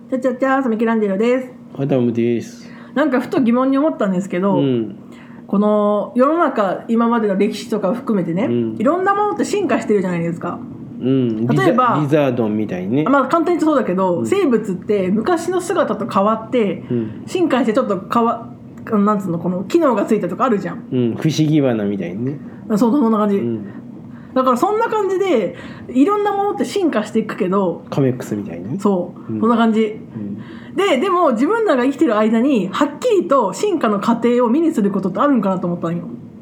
ちゃちゃちゃーミケランジェロです。 アダムです。 なんかふと疑問に思ったんですけど、この世の中今までの歴史とかを含めてね、いろんなものって進化してるじゃないですか。例えばリザードンみたいにね、 まあ簡単に言うとそうだけど、生物って昔の姿と変わって、進化してちょっとなんつうの、この機能がついたとかあるじゃん。 不思議花みたいにね。 そんな感じ。だからそんな感じでいろんなものって進化していくけど、 カメックスみたいにそんな感じ、でも自分らが生きてる間にはっきりと進化の過程を目にすることってあるんかなと思ったんよ。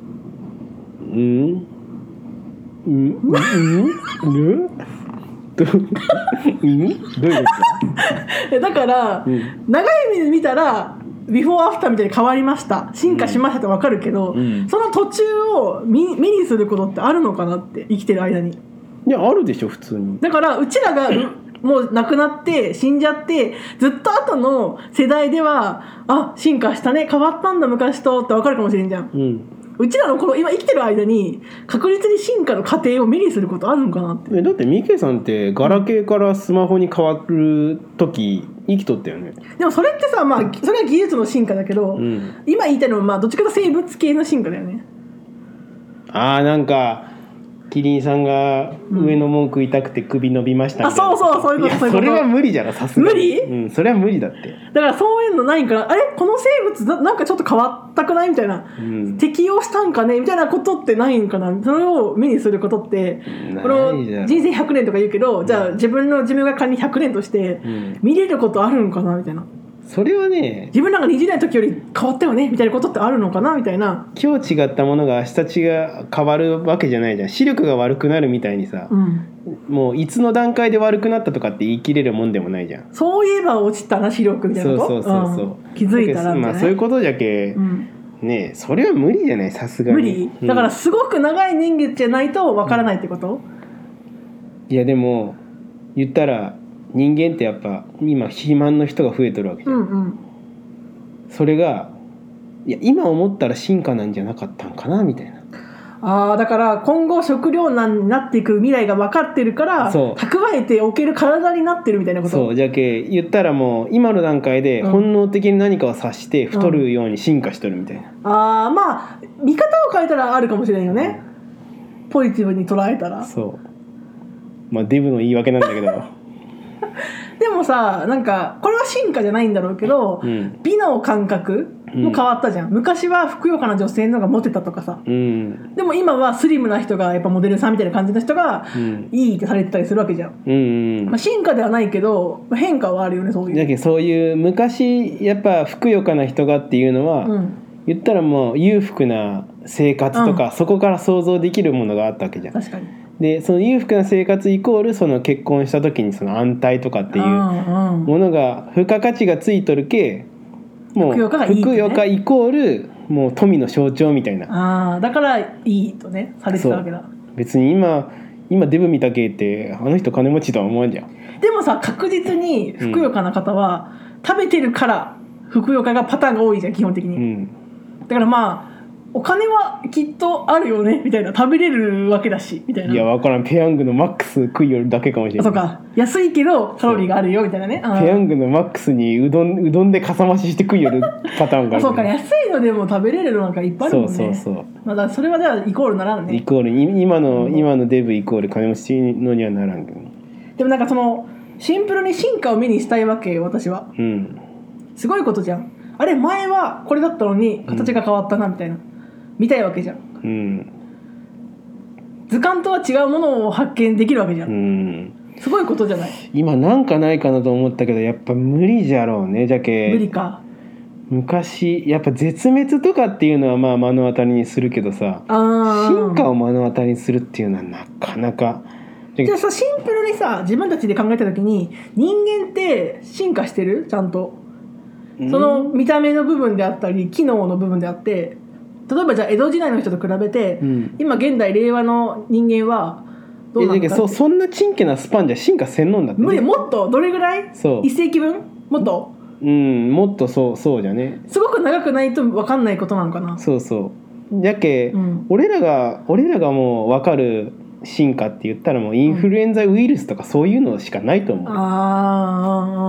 どういうことだから、長い目で見たらビフォーアフターみたいに変わりました、進化しましたって分かるけど、その途中を目にすることってあるのかなって、生きてる間に。 いや、あるでしょ普通に。 だからうちらがもう亡くなって死んじゃってずっと後の世代では進化したね、変わったんだ昔とって分かるかもしれんじゃん。うちらのこの今生きてる間に確実に進化の過程を目にすることあるのかなって。 だってミケさんってガラケーからスマホに変わる時生きとったよね。 でもそれってさ、まあそれは技術の進化だけど、今言いたいのはまあどっちかというと生物系の進化だよね。 なんかキリンさんが上の門食いたくて首伸びましたみたいな。 そういうこと。 それは無理じゃろ、さすがに。 無理？ それは無理だって。 だからそういうのないんかな、この生物なんかちょっと変わったくないみたいな、適応したんかねみたいなことってないんかな。それを目にすることって、この人生100年とか言うけど、じゃあ自分の寿命が仮に100年として見れることあるんかなみたいな。 それはね、 自分なんか20代の時より変わったよねみたいなことってあるのかなみたいな。 今日違ったものが明日変わるわけじゃないじゃん。視力が悪くなるみたいにさ、もういつの段階で悪くなったとかって言い切れるもんでもないじゃん。 そういえば落ちたな視力みたいなこと。 そう気づいたらみたいな、 そういうことじゃけ、ね、それは無理じゃない、さすがに。 無理だからすごく長い年月じゃないとわからないってこと、 いやでも言ったら人間ってやっぱ今肥満の人が増えてるわけじゃん、それが今思ったら進化なんじゃなかったんかなみたいな。 だから今後食糧難になっていく未来が分かってるから蓄えておける体になってるみたいなこと。 そうじゃけ言ったらもう今の段階で本能的に何かを察して太るように進化してるみたいな、 まあ見方を変えたらあるかもしれないよね、ポジティブに捉えたら。 まあデブの言い訳なんだけどでもさ、なんかこれは進化じゃないんだろうけど、美の感覚も変わったじゃん、昔はふくよかな女性の方がモテたとかさ、でも今はスリムな人がやっぱモデルさんみたいな感じの人がいいってされてたりするわけじゃん、進化ではないけど変化はあるよね。そういうだけどそういう昔やっぱふくよかな人がっていうのは、言ったらもう裕福な生活とか、そこから想像できるものがあったわけじゃん。 確かに。 でその裕福な生活イコールその結婚した時にその安泰とかっていうものが付加価値がついとるけ、もうふくよかイコールもう富の象徴みたいな。 だからいいとねされてたわけだ。 別に今デブ見たけってあの人金持ちとは思わんじゃん。 でもさ、確実にふくよかな方は、食べてるからふくよかがパターンが多いじゃん基本的に、だからまあお金はきっとあるよねみたいな、食べれるわけだしみたいな。 いや分からん、ペヤングのマックス食いよるだけかもしれない。 そうか、安いけどカロリーがあるよみたいなね。 ペヤングのマックスにうどんでかさ増しして食いよるパターンがある、 そうか、安いのでも食べれるのなんかいっぱいあるもんね。まあ、だからそれはじゃあイコールならんね。 イコール今のデブイコール金持ちのにはならんけど。 でもなんかそのシンプルに進化を目にしたいわけよ私は、すごいことじゃん。あれ前はこれだったのに形が変わったなみたいな、見たいわけじゃん、図鑑とは違うものを発見できるわけじゃん、すごいことじゃない。 今なんかないかなと思ったけどやっぱ無理じゃろうね。じゃけ無理か。 昔やっぱ絶滅とかっていうのはまあ目の当たりにするけどさ、進化を目の当たりにするっていうのはなかなか。 じゃあさ、シンプルにさ自分たちで考えた時に人間って進化してる？ちゃんとその見た目の部分であったり機能の部分であって、例えばじゃあ江戸時代の人と比べて、今現代令和の人間はどうなのかって。 そんなちんけなスパンじゃ進化せんのんだって、ね、 無理。もっとどれぐらい？1世紀分？もっともっとそうじゃね。 すごく長くないと分かんないことなのかな。 そうじゃけ、俺らがもう分かる進化って言ったらもうインフルエンザウイルスとかそういうのしかないと思う、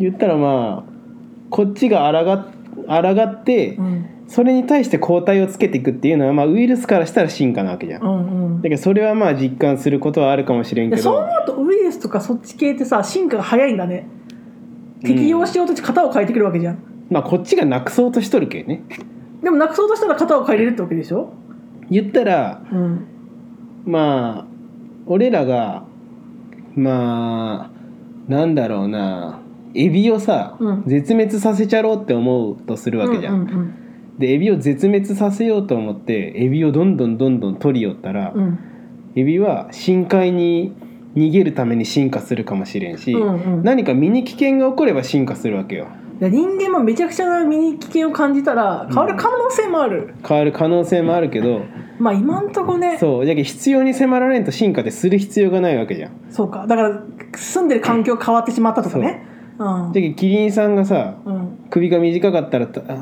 言ったらまあこっちが抗って、うん、それに対して抗体をつけていくっていうのは、まあ、ウイルスからしたら進化なわけじゃん、うんうん、だけどそれはまあ実感することはあるかもしれんけど、 そう思うとウイルスとかそっち系ってさ進化が早いんだね。適応しようとして型を変えてくるわけじゃん、 まあこっちがなくそうとしとるけね。 でもなくそうとしたら型を変えれるってわけでしょ。 言ったら、うん、まあ俺らがまあなんだろうな、エビをさ、うん、絶滅させちゃろうって思うとするわけじゃん、うんうんうん、でエビを絶滅させようと思ってエビをどんどん取り寄ったら、うん、エビは深海に逃げるために進化するかもしれんし、うんうん、何か身に危険が起これば進化するわけよ。 人間もめちゃくちゃな身に危険を感じたら変わる可能性もある、 変わる可能性もあるけどまあ今んとこね、 そうだけど必要に迫られんと進化でする必要がないわけじゃん。 そうか、だから住んでる環境変わってしまったとかね、 うん、じゃあキリンさんがさ、うん、首が短かった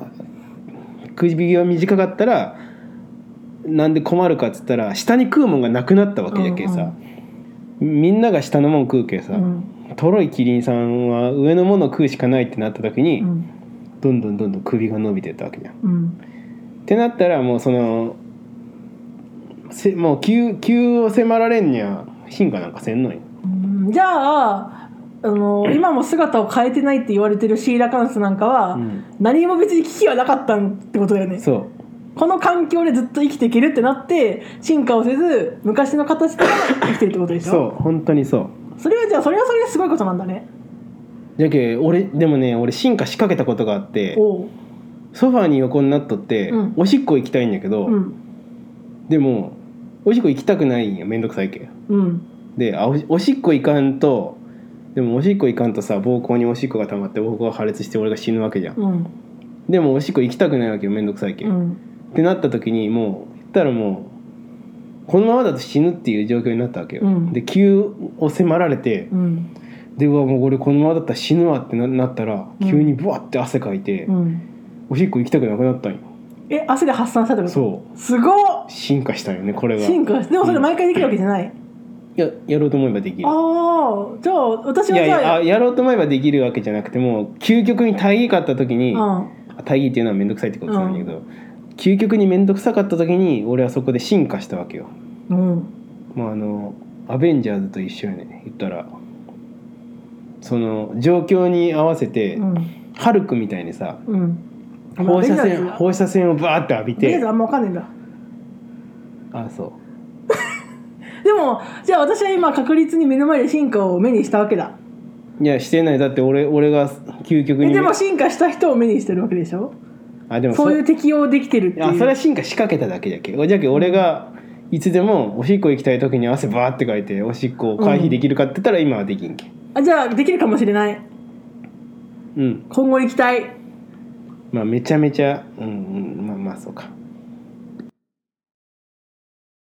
らなんで困るかっつったら下に食うもんがなくなったわけじゃけさ、うんうん、みんなが下のもん食うけさ、うん、トロいキリンさんは上のものを食うしかないってなった時に、うん、どんどん首が伸びてったわけじゃん、うん、ってなったらもうそのもう急を迫られんには進化なんかせんのよ。 じゃあ今も姿を変えてないって言われてるシーラカンスなんかは、うん、何も別に危機はなかったってことだよね。 そうこの環境でずっと生きていけるってなって進化をせず昔の形で生きてるってことでしょ。 そう本当にそう。 それはすごいことなんだね。 だけど俺進化仕掛けたことがあって、ソファーに横になっとって、うん、おしっこ行きたいんだけど、うん、でもおしっこ行きたくないんや、めんどくさいけ、うん、でおしっこ行かんとさ膀胱におしっこが溜まって膀胱が破裂して俺が死ぬわけじゃん、うん、でもおしっこ行きたくないわけよ、めんどくさいけ、うん、ってなった時にもう言ったらもうこのままだと死ぬっていう状況になったわけよ、うん、で急を迫られて、うん、でもう俺このままだったら死ぬわって なったら急にブワッて汗かいて、うん、おしっこ行きたくなくなったんよ。 汗で発散したってこと？ そうすごっ、 進化したよねこれが。 進化でもそれ毎回できるわけじゃない、 いやろうと思えばできる。 ああ、じゃあ私はじゃあやろうと思えばできるわけじゃなくても究極に大義かった時に、大義っていうのはめんどくさいってことなんだけど、究極にめんどくさかった時に俺はそこで進化したわけよ、うん、まあアベンジャーズと一緒よね、言ったらその状況に合わせて、うん、ハルクみたいにさ、うん、放射線をバーって浴びて。 あんま分かんねえんだ。 あ、そうでもじゃあ私は今確実に目の前で進化を目にしたわけだ。 いやしてない、だって俺が究極にでも進化した人を目にしてるわけでしょ。 あ、でもそういう適応できてるっていう。 それは進化仕掛けただけだけど、じゃけ俺がいつでもおしっこ行きたい時に汗バーってかいておしっこを回避できるかって言ったら今はできんけ、 あ、じゃあできるかもしれない。うん、今後行きたい。 まあめちゃめちゃまあそうか。